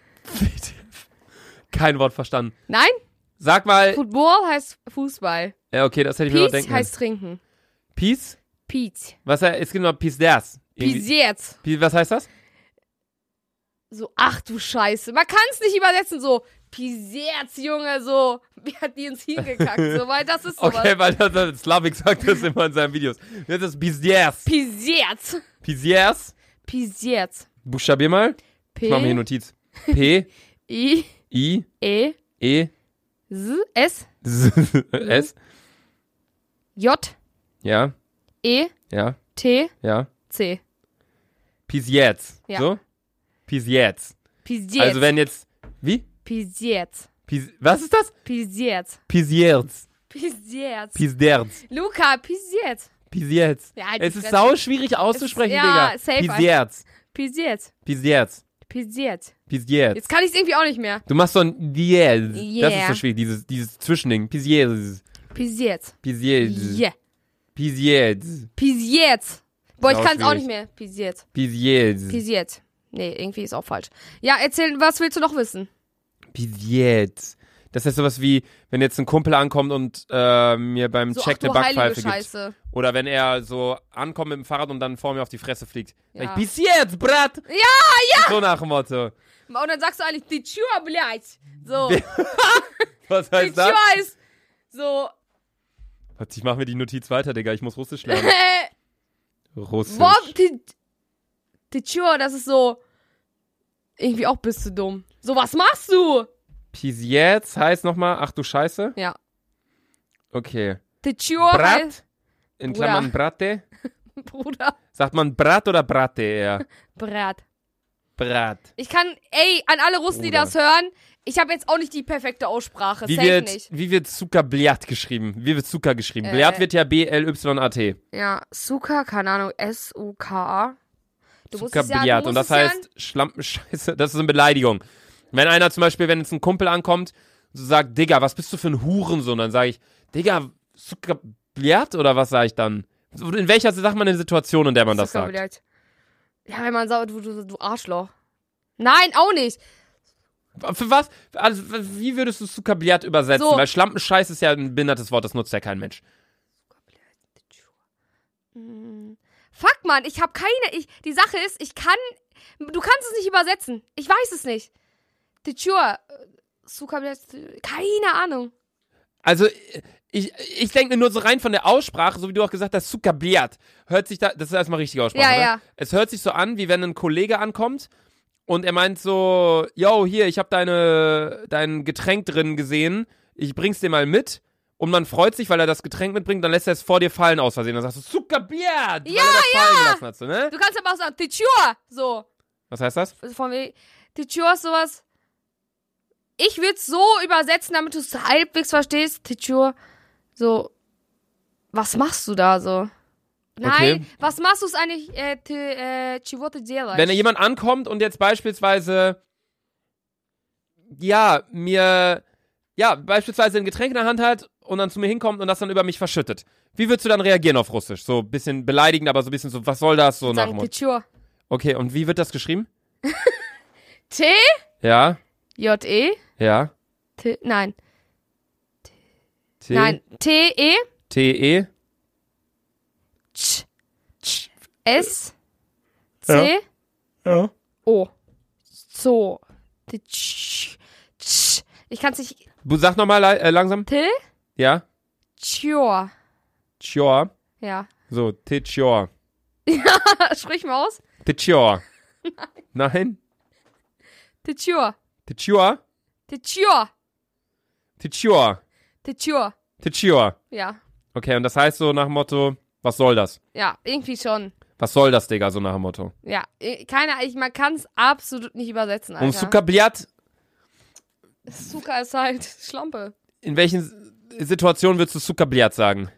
Kein Wort verstanden.
Nein?
Sag mal.
Football heißt Fußball.
Ja, okay, das hätte ich mir noch denken
können. Heißt Trinken.
Peace?
Pete.
Es gibt noch Pizders.
Pizzetz.
Was heißt das?
So, ach du Scheiße. Man kann es nicht übersetzen, so, Pizzetz, Junge, so, wie hat die ins Hirn gekackt, so, weil das ist sowas.
Okay, weil Slavik sagt das immer in seinen Videos. Das ist Pizders.
Pizzetz.
Pizders?
Pizzetz.
Buchstabier mal.
P.
Ich mach mir hier Notiz. P.
I.
I.
E.
E.
S. S.
S.
J.
Ja.
E,
Ja,
T,
ja.
C.
Pizjetz.
Ja.
So? Pizjetz.
Pizjetz.
Also wenn jetzt, wie?
Pizjetz.
Was ist das?
Pizjetz.
Pizjetz.
Pizjetz.
Pizderz.
Luca, Pizjetz.
Pizjetz.
Ja, halt
Es
die
ist
Fresse.
sau schwierig auszusprechen,
ja,
Digga.
safe
Pizjetz.
Pizjetz.
Pizjetz.
Pizjetz.
Pizjetz.
Jetzt kann ich es irgendwie auch nicht mehr.
Du machst so ein Diez.
Yeah.
Das ist so schwierig, dieses Zwischending. Pizjetz.
Pizjetz.
Pizjetz.
Yeah.
Pizjetz.
Pizjetz. Boah, ich
Auch
kann es auch
schwierig.
nicht mehr. Pizjetz.
Pizjetz.
Pizjetz. Nee, irgendwie ist auch falsch. Ja, erzähl, was willst du noch wissen?
Pizjetz. Das ist sowas wie, wenn jetzt ein Kumpel ankommt und mir beim
So,
Check
ach
eine
du heilige
Backpfeife gibt.
Scheiße.
Oder wenn er so ankommt mit dem Fahrrad und dann vor mir auf die Fresse fliegt.
Ja.
Sag ich, bis jetzt, Brat!
Ja!
So nach dem Motto.
Und dann sagst du eigentlich, die Tür, blядь. So.
Was
Die
heißt das?
Tür ist so.
Warte, ich mach mir die Notiz weiter, Digga. Ich muss Russisch lernen. Russisch.
Boah, die Tür, das ist so. Irgendwie auch bist du dumm. So, was machst du?
Pizjetz heißt nochmal, ach du Scheiße.
Ja.
Okay.
Die Tür
Brat, in Klammern Brate.
Bruder.
Sagt man Brat oder Brate eher?
Brat.
Brat.
Ich kann, ey, an alle Russen, die
Bruder.
das hören, ich habe jetzt auch nicht die perfekte Aussprache.
Wie
Safe nicht.
wird Zucker Bljat geschrieben? Wie wird Zucker geschrieben? Bljat wird ja B-L-Y-A-T.
Ja, Suka, keine Ahnung, S-U-K-A.
Zucker Bljat. Und das heißt Schlampenscheiße. Das ist eine Beleidigung. Wenn einer zum Beispiel, wenn jetzt ein Kumpel ankommt und so sagt, Digga, was bist du für ein Hurensohn? Dann sage ich, Digga, Zucker Bljat? Oder was sage ich dann? In welcher, sagt man, eine Situation, in der man das sagt?
Ja, wenn man sagt, du Arschloch. Nein, auch nicht.
Für was? Also, wie würdest du Zucker Bljat übersetzen?
So.
Weil Schlampenscheiß ist ja ein behindertes Wort, das nutzt ja kein Mensch.
Fuck, Mann, ich habe keine. Die Sache ist, du kannst es nicht übersetzen. Ich weiß es nicht. Die Tür. Keine Ahnung.
Also, ich denke mir nur so rein von der Aussprache, so wie du auch gesagt hast, Zucker Bljat, hört sich da, das ist erstmal richtige Aussprache,
Ja,
ne?
ja.
Es hört sich so an, wie wenn ein Kollege ankommt und er meint so, yo, hier, ich habe dein Getränk drin gesehen, ich bring's dir mal mit. Und man freut sich, weil er das Getränk mitbringt, dann lässt er es vor dir fallen aus Versehen. Dann sagst du, Zucker Bljat, weil er das fallen gelassen hat, so, ne?
Du kannst aber auch sagen, die Tür. So.
Was heißt das?
Von wegen, die Tür ist sowas. Ich würde es so übersetzen, damit du es halbwegs verstehst. Die Tür. So. Was machst du da so? Nein,
Okay.
was machst du es eigentlich? Чего ты делаешь?
Wenn da jemand ankommt und jetzt beispielsweise, beispielsweise ein Getränk in der Hand hat und dann zu mir hinkommt und das dann über mich verschüttet. Wie würdest du dann reagieren auf Russisch? So ein bisschen beleidigend, aber so ein bisschen so, was soll das? So nach dem
Sagen, die
Motto.
Tür.
Okay, und wie wird das geschrieben?
T,
Ja,
J, E,
ja.
T, nein.
T,
Nein. T, E,
T, E.
Ch, S, C,
Ja.
O. So. Die Ch. Ich kann es nicht.
Sag nochmal langsam.
T,
Ja.
Tjor.
Tjor.
Ja.
So, Tjor.
Sprich mal aus.
Tjor. Nein.
Tjor.
Tjor.
Tjor.
Tjor.
Tjor.
Tjor.
Ja.
Okay, und das heißt so nach dem Motto, was soll das?
Ja, irgendwie schon.
Was soll das, Digga, so nach dem Motto?
Ja, man kann es absolut nicht übersetzen, Alter.
Und Zucker Bljat,
Zucker ist halt Schlampe.
in welchen Situationen würdest du Zucker Bljat sagen?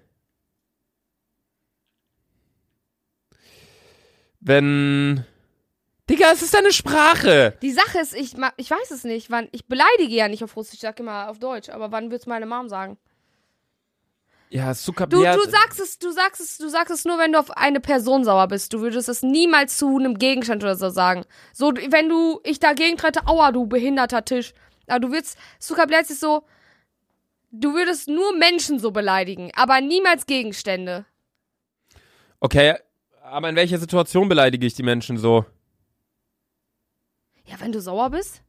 Wenn... Digga, es ist deine Sprache.
Die Sache ist, ich weiß es nicht. Ich beleidige ja nicht auf Russisch, ich sag immer auf Deutsch. Aber wann wird's meine Mom sagen?
Ja, Zucker
Du
Bljat.
sagst es nur, wenn du auf eine Person sauer bist. Du würdest es niemals zu einem Gegenstand oder so sagen. So, wenn ich dagegen trete, aua, du behinderter Tisch. Aber Zucker Bljat ist so, du würdest nur Menschen so beleidigen, aber niemals Gegenstände.
Okay, aber in welcher Situation beleidige ich die Menschen so?
Ja, wenn du sauer bist?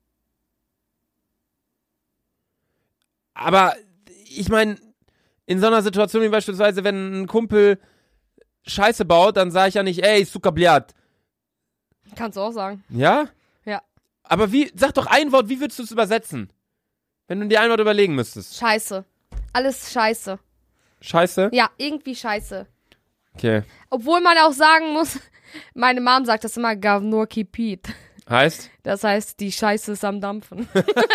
Aber ich meine, in so einer Situation wie beispielsweise, wenn ein Kumpel Scheiße baut, dann sage ich ja nicht, ey, Zucker Bljat.
Kannst du auch sagen.
Ja?
Ja.
Aber sag doch ein Wort, wie würdest du es übersetzen? Wenn du dir ein Wort überlegen müsstest.
Scheiße. Alles scheiße.
Scheiße?
Ja, irgendwie scheiße.
Okay.
Obwohl man auch sagen muss, meine Mom sagt das immer, Gavnor Kipit.
Heißt?
Das heißt, die Scheiße ist am Dampfen.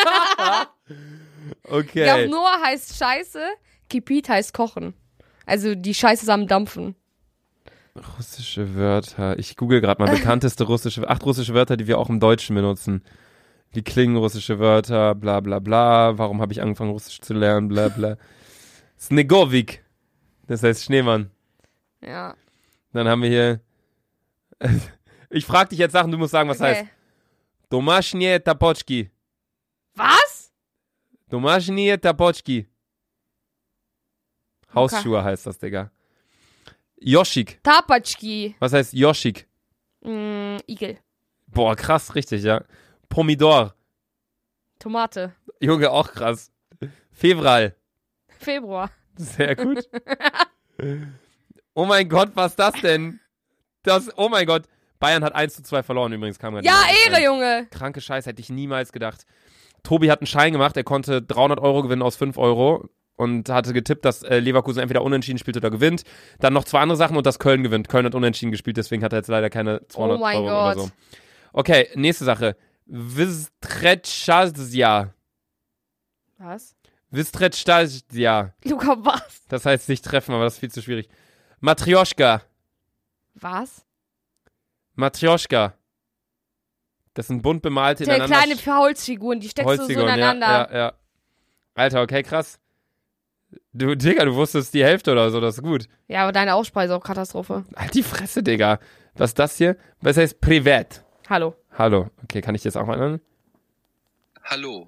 Okay.
Gavnor heißt Scheiße, Kipit heißt Kochen. Also die Scheiße ist am Dampfen.
Russische Wörter. Ich google gerade mal bekannteste 8 russische Wörter, die wir auch im Deutschen benutzen. Wie klingen russische Wörter, bla bla bla. Warum habe ich angefangen, Russisch zu lernen, bla bla. Snegovik. Das heißt Schneemann.
Ja.
Dann haben wir hier. Ich frage dich jetzt Sachen, du musst sagen, was heißt. Domashnie Tapochki.
Was?
Domashnie Tapochki. Hausschuhe heißt das, Digga. Yoshik.
Tapatschki.
Was heißt Yoshik?
Igel.
Boah, krass, richtig, ja. Pomidor.
Tomate.
Junge, auch krass. Febral.
Februar.
Sehr gut. Oh mein Gott, was ist das denn? Oh mein Gott. Bayern hat 1:2 verloren übrigens. Kam gerade
Ja, Ehre, Junge.
Kranke Scheiße, hätte ich niemals gedacht. Tobi hat einen Schein gemacht, er konnte 300 Euro gewinnen aus 5 Euro und hatte getippt, dass Leverkusen entweder unentschieden spielt oder gewinnt. Dann noch 2 andere Sachen und dass Köln gewinnt. Köln hat unentschieden gespielt, deswegen hat er jetzt leider keine 200
Oh mein
Euro
Gott.
oder so. Okay, nächste Sache. Vistretschazia.
Was?
Vistretschazia.
Luca, was?
Das heißt sich treffen, aber das ist viel zu schwierig. Matrioschka.
Was?
Matrioschka. Das sind bunt bemalte
Der
ineinander.
kleine Holzfiguren, die steckst du so
Holzfiguren,
ineinander.
ja. Alter, okay, krass. Du, Digga, du wusstest die Hälfte oder so, das ist gut.
Ja, aber deine Aussprache ist auch Katastrophe.
Halt die Fresse, Digga. Was ist das hier? Was heißt Privat?
Hallo.
Hallo. Okay, kann ich das auch mal nennen?
Hallo.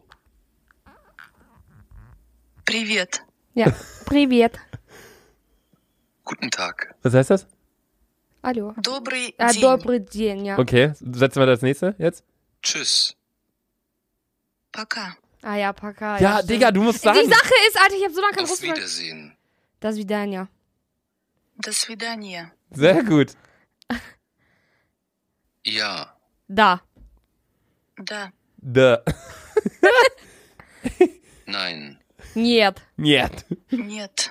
Привет.
Ja, Privet.
Guten Tag.
Was heißt das?
Hallo.
Добрый
Ah,
день.
Dobry dzień, ja.
Okay, setzen wir das nächste jetzt?
Tschüss.
Пока.
Ah ja, Paka.
Ja,
stimmt.
Digga, du musst sagen.
Die Sache ist, Alter, ich hab so lange kein
Auf
Russisch.
Wiedersehen.
Das Vidania.
До свидания.
Sehr gut.
Ja.
Da.
Да.
Nein.
Нет.
Niet.
Нет.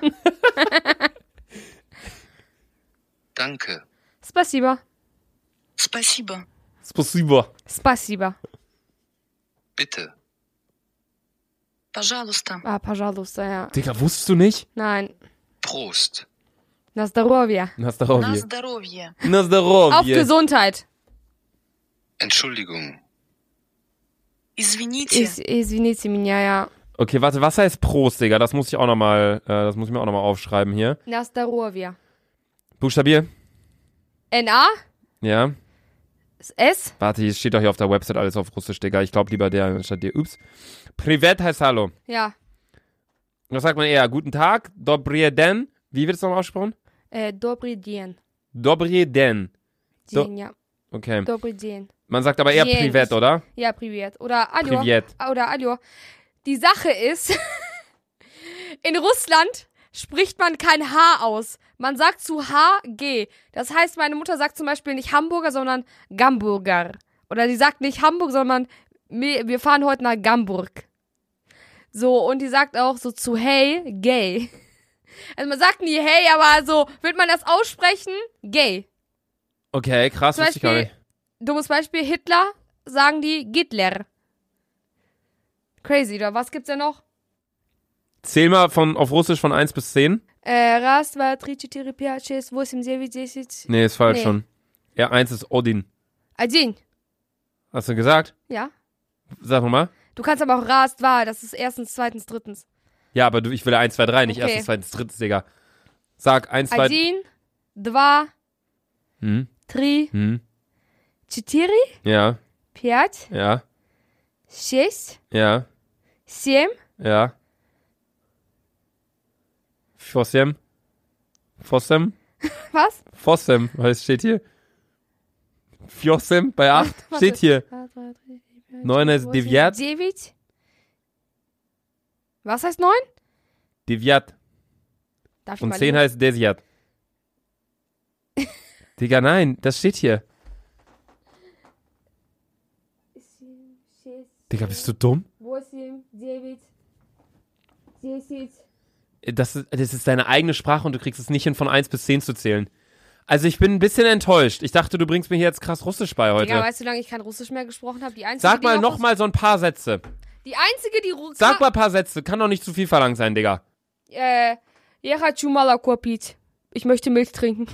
Danke.
Спасибо.
Спасибо.
Спасибо.
Спасибо.
Bitte.
Пожалуйста.
Ah, пожалуйста, ja.
Digga, wusstest du nicht?
Nein.
Prost.
На здоровье.
Na
На
здоровье.
здоровье.
Na здоровье.
Auf Gesundheit.
Entschuldigung.
Извините.
Извините меня, ja.
Okay, warte, was heißt Prost, Digga? Das muss ich auch nochmal, das muss ich mir auch nochmal aufschreiben hier.
На здоровье.
Buchstabier.
N-A?
Ja.
S?
Warte, hier steht doch hier auf der Website alles auf Russisch, Digga. Ich glaube lieber der anstatt dir. Ups. Privet heißt Hallo.
Ja.
Was sagt man eher? Guten Tag. Dobry den. Wie wird es nochmal ausgesprochen?
Добрый день.
Dobry den. Do-
День, ja.
Okay.
Добрый день.
Man sagt aber eher
Dien.
Privet, oder?
Ja, Privet. Oder Aljo.
Privet.
Oder Aljo. Die Sache ist, in Russland spricht man kein H aus. Man sagt zu H, G. Das heißt, meine Mutter sagt zum Beispiel nicht Hamburger, sondern Gamburger. Oder die sagt nicht Hamburg, sondern wir fahren heute nach Gamburg. So, und die sagt auch so zu Hey, gay. Also man sagt nie Hey, aber so, wird man das aussprechen? Gay.
Okay, krass,
Zum
wusste ich gar
Beispiel,
nicht.
dummes Beispiel, Hitler sagen die Hitler. Crazy, oder was gibt's denn noch?
Zähl mal auf Russisch von 1 bis 10.
Раз, два, три, четыре, пять, шесть, восемь, девять, десять.
Nee, ist falsch
Nee.
schon. Ja, 1 ist Odin.
Один.
Hast du gesagt?
Ja.
Sag nochmal.
Du kannst aber auch Ras, два, das ist erstens, zweitens, drittens.
Ja, aber ich will 1, 2, 3, nicht
Okay.
erstes, zweites, drittes, Digga. Sag 1, 2,
Один, два, три,
Hm.
четыре,
Ja,
пять,
ja,
шесть,
ja,
семь,
ja. Fossem.
was?
Fossem, was steht hier? Fossem bei 8
Warte.
steht hier.
Раз, два, три, четыре, пять,
9 heißt
восемь,
Deviat.
девять. Was heißt 9?
Deviat.
Darf ich
Und
mal
10 heißt Desiat. Digga, nein, das steht hier. Digga, bist du dumm?
8, 9, 10.
Das ist deine eigene Sprache und du kriegst es nicht hin, von 1 bis 10 zu zählen. Also ich bin ein bisschen enttäuscht. Ich dachte, du bringst mir hier jetzt krass Russisch bei heute.
Digga, weißt du, wie lange ich kein Russisch mehr gesprochen habe?
Sag mal noch mal so ein paar Sätze.
Die einzige, die
Sag mal ein paar Sätze. Kann doch nicht zu viel verlangt sein, Digga.
Я хочу молоко пить. Ich möchte Milch trinken.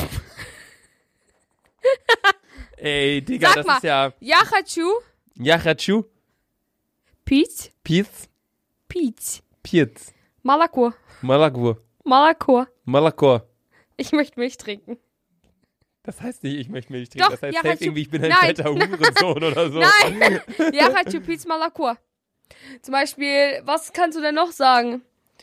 Ey, Digga,
Sag
das
mal.
ist ja...
Я хочу
Yachachu,
пить.
Piz, Piz,
Молоко.
Malagur,
Молоко.
Malakor.
Ich möchte Milch trinken.
Das heißt nicht, ich möchte Milch trinken.
Doch,
Das heißt
Yachachu-
safe irgendwie, ich bin ein
Nein.
fetter Hurensohn oder so.
Nein. Я хочу пить молоко. Zum Beispiel, was kannst du denn noch sagen?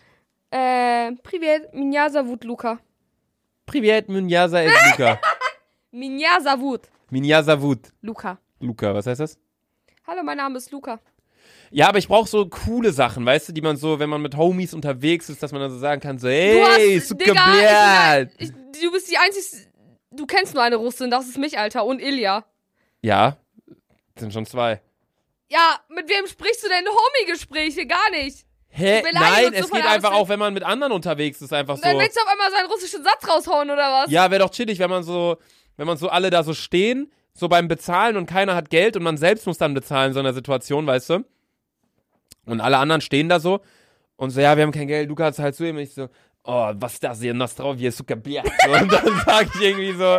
Привет, меня зовут Luca.
Privet, Munyaza et Luca.
Меня зовут
Minyaza Wut.
Luca.
Luca, was heißt das?
Hallo, mein Name ist Luca.
Ja, aber ich brauche so coole Sachen, weißt du, die man so, wenn man mit Homies unterwegs ist, dass man dann so sagen kann, so,
Du
hey,
hast,
super
Digga,
blöd.
du bist die einzige, du kennst nur eine Russin, das ist mich, Alter, und Ilja.
Ja, sind schon zwei.
Ja, mit wem sprichst du denn Homie-Gespräche? Gar nicht.
Hä?
beleidigen
Nein,
uns so
es
von
geht
der
einfach
Auszeit.
auch, wenn man mit anderen unterwegs ist, einfach so.
Dann willst du auf einmal seinen russischen Satz raushauen, oder was?
Ja, wäre doch chillig, wenn man so alle da so stehen, so beim Bezahlen und keiner hat Geld und man selbst muss dann bezahlen in so einer Situation, weißt du? Und alle anderen stehen da so und so, ja, wir haben kein Geld, Luca hat halt zu ihm und ich so, oh, was ist das hier, Nastrovje, super Bier. So, und dann sag ich irgendwie so,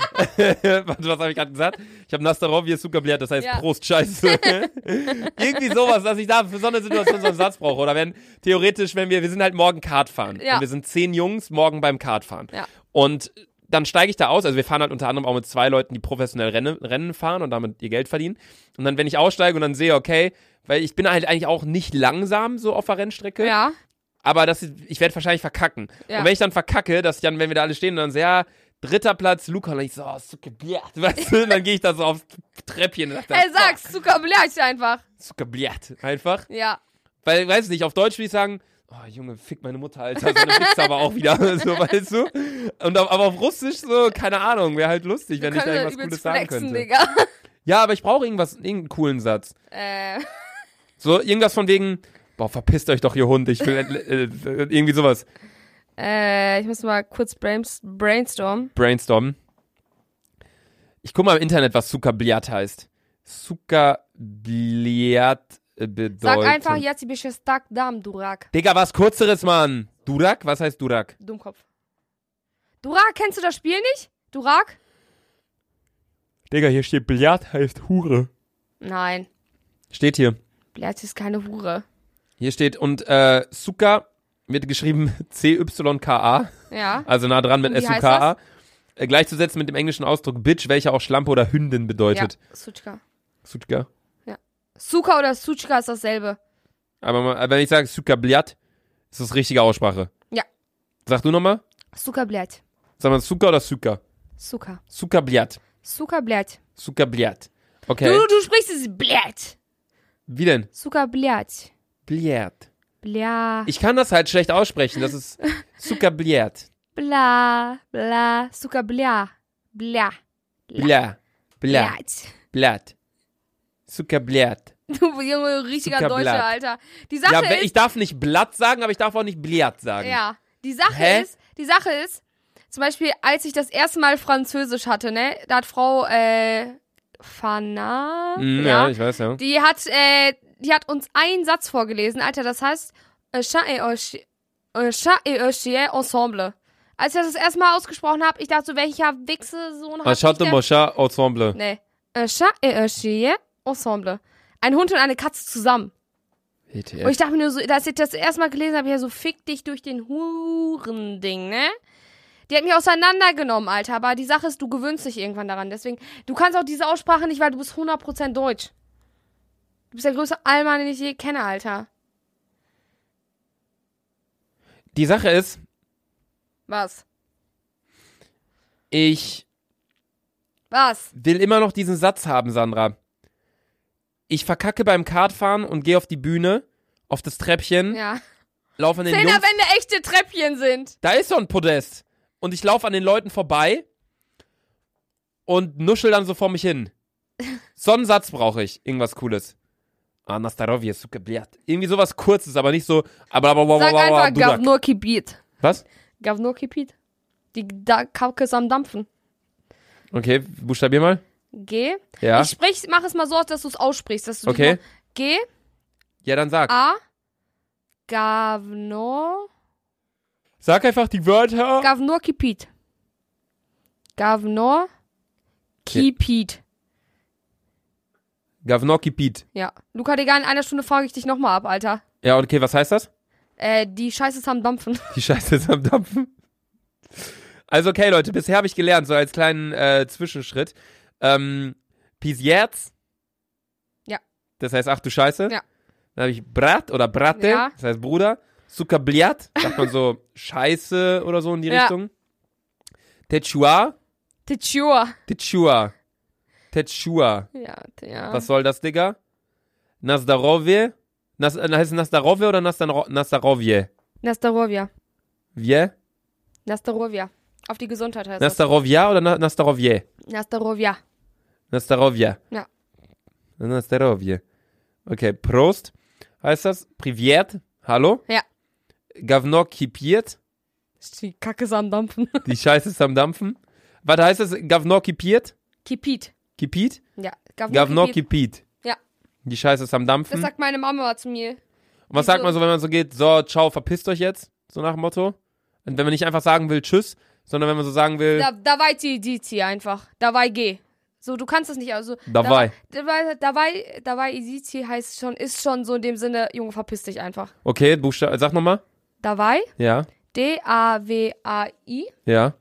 was habe ich gerade gesagt? Ich habe Nastrovje, super Bier, das heißt
Ja.
Prost, Scheiße. Irgendwie sowas, dass ich da für so eine Situation so einen Satz brauche. Oder wenn, theoretisch, wenn wir sind halt morgen Kart fahren.
Ja.
Und wir sind 10 Jungs morgen beim Kart fahren.
Ja.
Und dann steige ich da aus, also wir fahren halt unter anderem auch mit 2 Leuten, die professionell Rennen fahren und damit ihr Geld verdienen. Und dann, wenn ich aussteige und dann sehe, okay, weil ich bin halt eigentlich auch nicht langsam so auf der Rennstrecke,
Ja.
aber ich werde wahrscheinlich verkacken.
Ja.
Und wenn ich dann verkacke, dass ich dann, wenn wir da alle stehen, dann sehr, 3. Platz, Luca, und dann ich so, oh, super blöd, weißt du, und dann gehe ich da so aufs Treppchen und dachte,
Ey, sag's, Zucker beleidigt einfach.
super blöd, einfach.
Ja.
Weil, weiß nicht, auf Deutsch würde ich sagen, oh, Junge, fick meine Mutter, Alter, so eine Wichser aber auch wieder, so, weißt du? Aber auf Russisch so, keine Ahnung, wäre halt lustig, wenn ich da irgendwas Cooles sagen könnte.
Digga.
Ja, aber ich brauche irgendeinen coolen Satz. So, irgendwas von wegen, boah, verpisst euch doch, ihr Hund, ich will, irgendwie sowas.
Ich muss mal kurz brainstormen.
Brainstormen. Ich guck mal im Internet, was Sukabliat heißt. Sukabliat bedeutet...
Sag einfach, jetzt bist du stark dam, Durak.
Digga, was Kürzeres, Mann. Durak? Was heißt Durak?
Dummkopf. Durak, kennst du das Spiel nicht? Durak?
Digga, hier steht Bliat heißt Hure.
Nein.
Steht hier.
Blät ist keine Hure.
Hier steht, und Suka wird geschrieben C-Y-K-A,
Ja.
also nah dran mit
Und wie heißt
S-U-K-A. Gleichzusetzen mit dem englischen Ausdruck Bitch, welcher auch Schlampe oder Hündin bedeutet.
Ja, Suchka.
Suka.
Suka oder Suchka ist dasselbe.
Aber wenn ich sage Suka Bliat, ist das richtige Aussprache.
Ja.
Sag du nochmal?
Suka blät.
Sag mal Suka oder Suka?
Suka.
Suka Bliat.
Suka blät.
Suka Bliat. Okay.
Du sprichst es blät.
Wie denn?
Suka blät.
Bliat.
Bla.
Ich kann das halt schlecht aussprechen. Das ist Suka Bliat.
Bla. Bla. Suka bla. Bla.
Bla. Bla.
Blät.
Blatt. Suka Bliat.
Du Junge, richtiger
Suka
Deutscher,
blät.
Alter. Die Sache
Ja,
ist...
ich darf nicht Blatt sagen, aber ich darf auch nicht Bliat sagen.
Ja, die Sache
Hä?
ist, zum Beispiel, als ich das erste Mal Französisch hatte, ne, da hat Frau, Fana,
Ja, ich weiß, ja.
die hat uns einen Satz vorgelesen, Alter, das heißt, chat et un chien ensemble. Als ich das erste Mal ausgesprochen habe, ich dachte so, welcher Wichse-Sohn hat
Chatte
mich
Mocha Ensemble.
Nee, un chat et un chien ensemble. Ein Hund und eine Katze zusammen.
WTF.
Und ich dachte mir nur so, als ich das erste Mal gelesen habe, ja so, fick dich durch den Hurending, ne? Die hat mich auseinandergenommen, Alter. Aber die Sache ist, du gewöhnst dich irgendwann daran. Deswegen, du kannst auch diese Aussprache nicht, weil du bist 100% deutsch. Du bist der größte Allmann, den ich je kenne, Alter.
Die Sache ist,
Was?
ich
Was?
will immer noch diesen Satz haben, Sandra. Ich verkacke beim Kartfahren und gehe auf die Bühne, auf das Treppchen,
Ja.
laufe an den Jungs.
Zehnerwände echte Treppchen sind.
Da ist so ein Podest. Und ich laufe an den Leuten vorbei und nuschel dann so vor mich hin. So einen Satz brauche ich. Irgendwas Cooles. Nastarovje, suka bliat. Irgendwie sowas Kurzes, aber nicht so.
Sag einfach
Dudak.
Gavno Kipit.
Was?
Gavno Kipit. Die Kacke ist am Dampfen.
Okay, buchstabier mal.
G.
Ja.
Mach es mal so, dass du es aussprichst. Dass du
Okay.
G.
Ja, dann sag.
A. Gavno.
Sag einfach die Wörter.
Gavno Kipit. Gavno Kipit.
Gavnoki Pete.
Ja. Luca, Digga, in einer Stunde frage ich dich nochmal ab, Alter.
Ja, okay, was heißt das?
Die Scheiße ist am Dampfen.
Die Scheiße ist am Dampfen. Also, okay, Leute, bisher habe ich gelernt, so als kleinen Zwischenschritt. Bis jetzt.
Ja.
Das heißt, ach du Scheiße.
Ja.
Dann habe ich Brat oder Brate,
Ja.
das heißt Bruder. Sukabliat, sagt man so Scheiße oder so in die
Ja.
Richtung. Techua.
Titschur.
Techua. Techua.
Ja.
Was soll das, Digga? Nazdarovje. Heißt es Nazdarovje oder Nazdarovje?
Nastarovia.
Wie?
Nastarovia. Auf die Gesundheit heißt das.
Nazdarovja oder Nazdarovje?
Nastarovia.
Nastarovja.
Ja.
Nastarovje. Okay, Prost. Heißt das? Privet. Hallo?
Ja.
Gavno kipiert.
Die Kacke ist am Dampfen.
Die Scheiße ist am Dampfen. Was heißt das? Gavno kipiert?
Kipit.
Kipit?
Ja.
Gavno kipit.
Ja.
Die Scheiße ist am Dampfen.
Das sagt meine Mama zu mir.
Und was sagt man so, wenn man so geht? So, ciao, verpisst euch jetzt. So nach dem Motto. Und wenn man nicht einfach sagen will, tschüss, sondern wenn man so sagen will,
Dabei zieh einfach. Dabei geh. So, du kannst das nicht, also.
dabei.
Dabei Isizi ist schon so in dem Sinne, Junge, verpiss dich einfach.
Okay, Buchstabe, sag nochmal.
Dabei,
Ja,
D-A-W-A-I,
ja.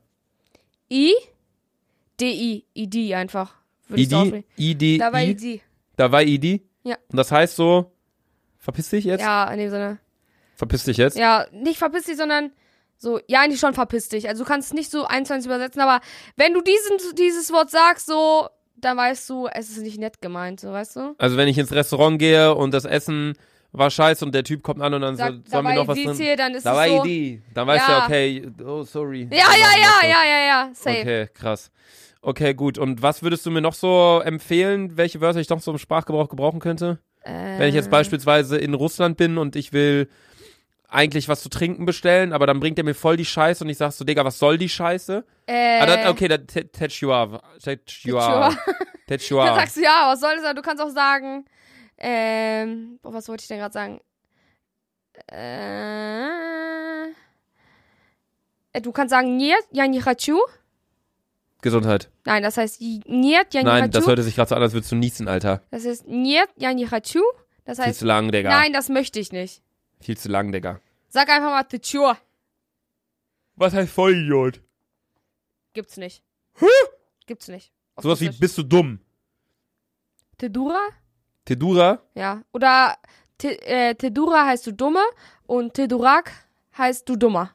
I-D-I, Idi einfach. Würde ich so
Idi,
aussprechen.
Idi,
Dabei
I,
Idi.
dabei Idi.
Ja.
Und das heißt so, verpiss dich jetzt?
Ja, in dem Sinne.
Verpiss dich jetzt?
Ja, nicht verpiss dich, sondern so, ja, eigentlich schon verpiss dich. Also du kannst es nicht so 1:1 übersetzen, aber wenn du dieses Wort sagst, so, dann weißt du, es ist nicht nett gemeint, so, weißt du?
Also wenn ich ins Restaurant gehe und das Essen war scheiße und der Typ kommt an und dann
Sag,
so, sollen wir noch was drin?
Isizi, dann ist
Da war
es so.
Idi. Dann weißt
Ja.
du, okay, oh, sorry.
Ja, safe.
Okay, krass. Okay, gut. Und was würdest du mir noch so empfehlen, welche Wörter ich noch so im Sprachgebrauch gebrauchen könnte? Wenn ich jetzt beispielsweise in Russland bin und ich will eigentlich was zu trinken bestellen, aber dann bringt er mir voll die Scheiße und ich sag so, Digga, was soll die Scheiße? Okay, Techua.
Dann
Techua.
sagst du, ja, was soll das sein? Du kannst auch sagen, was wollte ich denn gerade sagen? Du kannst sagen, нет, я не хочу.
Gesundheit.
Nein, das heißt, нет, я не
Nein, das
хочу.
hörte sich gerade so an, als würdest du niesen, Alter.
Das heißt, нет, я не хочу. Das
Viel
heißt,
zu lang, Digga.
nein, das möchte ich nicht.
Viel zu lang, Digga.
Sag einfach mal, ты чё?
Was heißt Vollidiot?
Gibt's nicht. Gibt's nicht. Auf
Sowas wie,
Russisch.
bist du dumm?
Te dura?
Tedura?
Ja. Oder te dura heißt du dumme und te durak heißt du dummer.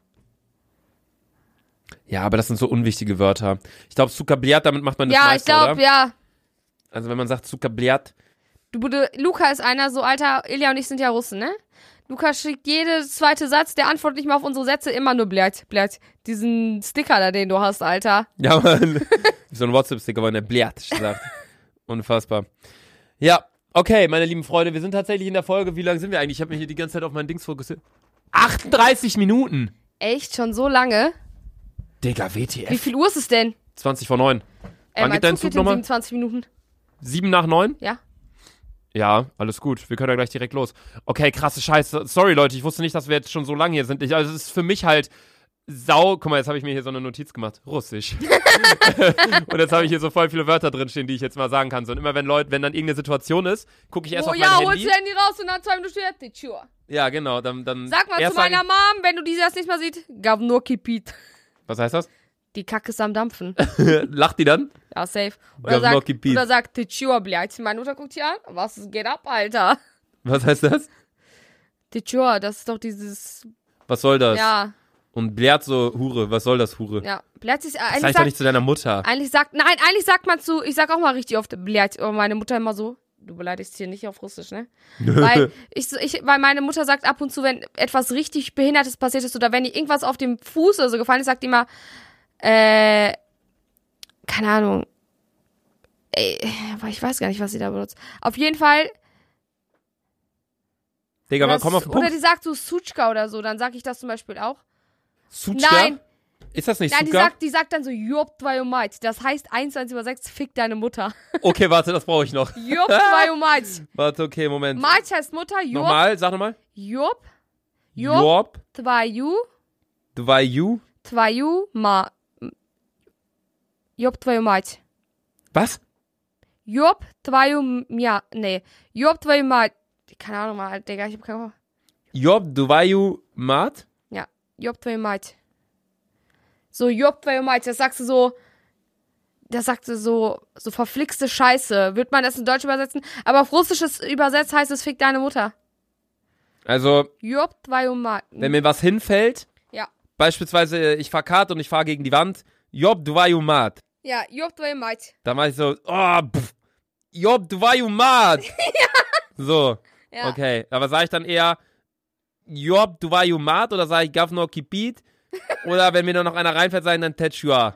Ja, aber das sind so unwichtige Wörter. Ich glaube, Zuckerbliat, damit macht man das
Ja, ich
meiste,
glaube,
oder?
ja.
Also wenn man sagt Zuckerbliat,
Luca ist einer, so Alter, Ilja und ich sind ja Russen, ne? Luca schickt jede zweite Satz, der antwortet nicht mal auf unsere Sätze, immer nur blät. Diesen Sticker da, den du hast, Alter.
ja, man, so ein WhatsApp-Sticker, wo der Bliat sagt. Unfassbar. Ja, okay, meine lieben Freunde, wir sind tatsächlich in der Folge. Wie lange sind wir eigentlich? Ich habe mich hier die ganze Zeit auf mein Dings fokussiert. 38 Minuten!
Echt? Schon so lange?
Digga,
Wie
WTF.
viel Uhr ist es denn?
20 vor 9. Wann
mein
geht dein
Zug
Zug
geht in
nochmal?
27 Minuten.
7 nach 9?
Ja.
Ja, alles gut. Wir können ja gleich direkt los. Okay, krasse Scheiße. Sorry, Leute, ich wusste nicht, dass wir jetzt schon so lange hier sind. Also es ist für mich halt Guck mal, jetzt habe ich mir hier so eine Notiz gemacht. Russisch. Und jetzt habe ich hier so voll viele Wörter drinstehen, die ich jetzt mal sagen kann. So, und immer wenn dann irgendeine Situation ist, gucke ich erst auf mein
ja,
Handy.
holst du Handy raus und dann 2 Minuten später, die Tür.
Ja, genau. Dann
Sag mal
erst
zu meiner
sagen-
Mom, wenn du die das nicht mal sieht, Gavno Kipit.
Was heißt das?
Die Kacke ist am Dampfen.
Lacht die dann?
Ja, safe.
Говно кипит.
Oder sagt, die Tür, blядь. Meine Mutter guckt hier an. Was geht ab, Alter?
Was heißt das?
Die Tür, das ist doch dieses,
Was soll das?
ja,
Und blärt so Hure. Was soll das, Hure?
ja. Blядь ist,
Das
eigentlich
sag ich doch nicht zu deiner Mutter.
eigentlich sagt man zu, ich sag auch mal richtig oft, blядь, aber meine Mutter immer so, du beleidigst hier nicht auf Russisch, ne? Weil weil meine Mutter sagt ab und zu, wenn etwas richtig Behindertes passiert ist oder wenn ihr irgendwas auf dem Fuß oder so gefallen ist, sagt die immer, keine Ahnung. Aber ich weiß gar nicht, was sie da benutzt. Auf jeden Fall.
Digga,
Oder
komm auf den
Oder
Punkt.
die sagt so Sutschka oder so, dann sag ich das zum Beispiel auch.
Sutschka?
Nein,
Ist das nicht
Nein,
Suka?
die sagt dann so, Job, твою мать. Das heißt 1 übersetzt, fick deine Mutter.
Okay, warte, das brauche ich noch.
Job, твою мать.
Warte, okay, Moment.
Mать heißt Mutter, Job.
Nochmal, sag nochmal.
Job,
Job,
твою,
твою,
Job, твою мать.
was?
Job, твою, Job, твою мать. Keine Ahnung mal, Digga, ich hab keine Ahnung.
Job, твою mat?
Ja, Job, твою мать. So, Job, твою мать, das sagst du so verflixte Scheiße. Wird man das in Deutsch übersetzen? Aber auf Russisches übersetzt heißt es, fick deine Mutter.
Also,
Job, твою мать.
wenn mir was hinfällt,
Ja.
beispielsweise ich fahr Kart und ich fahr gegen die Wand, Job, твою mat.
Ja, Job, твою мать.
Dann mach ich so, Job, твою mat. So,
Ja.
okay. Aber sage ich dann eher Job, твою mat oder sage ich Gavno Kipit? Oder wenn mir nur noch einer reinfällt, sage ich dann Tetschua.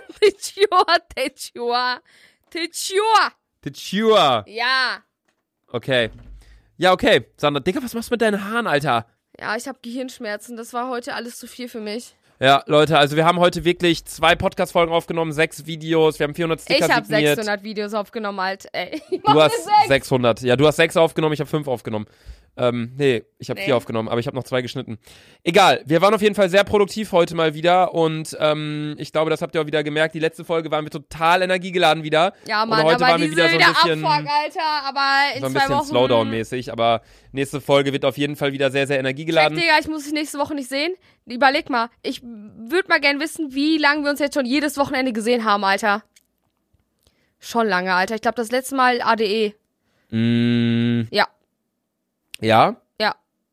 Tetschua.
Tetschua.
Ja.
Okay. Ja, okay. Sandra, Digga, was machst du mit deinen Haaren, Alter?
Ja, ich habe Gehirnschmerzen. Das war heute alles zu viel für mich.
Ja, Leute, also wir haben heute wirklich 2 Podcast-Folgen aufgenommen, 6 Videos, wir haben 400 Sticker
Ich habe
signiert.
600 Videos aufgenommen, Alter. Ey,
Du hast 600. Ja, du hast 6 aufgenommen, ich habe 5 aufgenommen. Nee, ich habe 4 aufgenommen, aber ich habe noch 2 geschnitten. Egal, wir waren auf jeden Fall sehr produktiv heute mal wieder und ich glaube, das habt ihr auch wieder gemerkt. Die letzte Folge waren wir total energiegeladen wieder.
Ja, Mann,
und heute
aber
waren wir
diese
wieder so ein bisschen,
Abfuck, Alter. Aber in
so ein
2
bisschen
Wochen...
Slowdown-mäßig, aber nächste Folge wird auf jeden Fall wieder sehr, sehr energiegeladen.
Check, Digga, ich muss dich nächste Woche nicht sehen. Überleg mal, ich würde mal gern wissen, wie lange wir uns jetzt schon jedes Wochenende gesehen haben, Alter. Schon lange, Alter. Ich glaube, das letzte Mal ADE. Ja.
Ja?
Ja.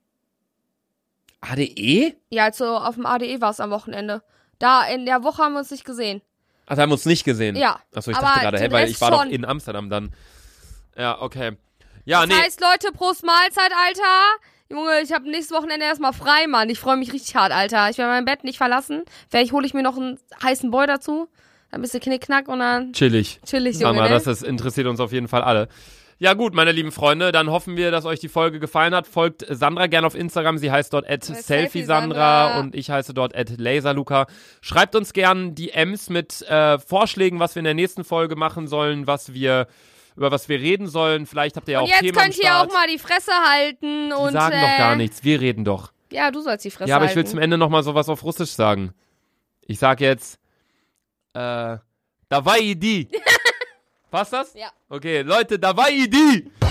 ADE?
Ja, also auf dem ADE war es am Wochenende. Da in der Woche haben wir uns nicht gesehen.
Ach, da haben wir uns nicht gesehen.
Ja.
Achso, ich
Aber
dachte gerade,
den
weil
Rest
ich war doch
schon.
in Amsterdam dann. Ja, okay. Ja,
Das heißt, Leute, Prost Mahlzeit, Alter. Junge, ich habe nächstes Wochenende erstmal frei, Mann. Ich freue mich richtig hart, Alter. Ich werde mein Bett nicht verlassen. Vielleicht hole ich mir noch einen heißen Boy dazu. Ein bisschen Knickknack und dann
chillig.
chillig, Junge,
Sandra,
ne?
das interessiert uns auf jeden Fall alle. Ja gut, meine lieben Freunde, dann hoffen wir, dass euch die Folge gefallen hat. Folgt Sandra gerne auf Instagram, sie heißt dort @selfiesandra und ich heiße dort @laserluca. Schreibt uns gerne DMs mit Vorschlägen, was wir in der nächsten Folge machen sollen, über was wir reden sollen. Vielleicht habt ihr ja auch
Und jetzt
Themen
könnt
am
ihr
Start.
auch mal die Fresse halten
Die
und
sagen doch gar nichts, wir reden doch.
Ja, du sollst die Fresse
Ja, aber ich
halten.
will zum Ende nochmal sowas auf Russisch sagen. Ich sag jetzt, Davai idi. Passt das?
Ja.
Okay, Leute, Davai idi.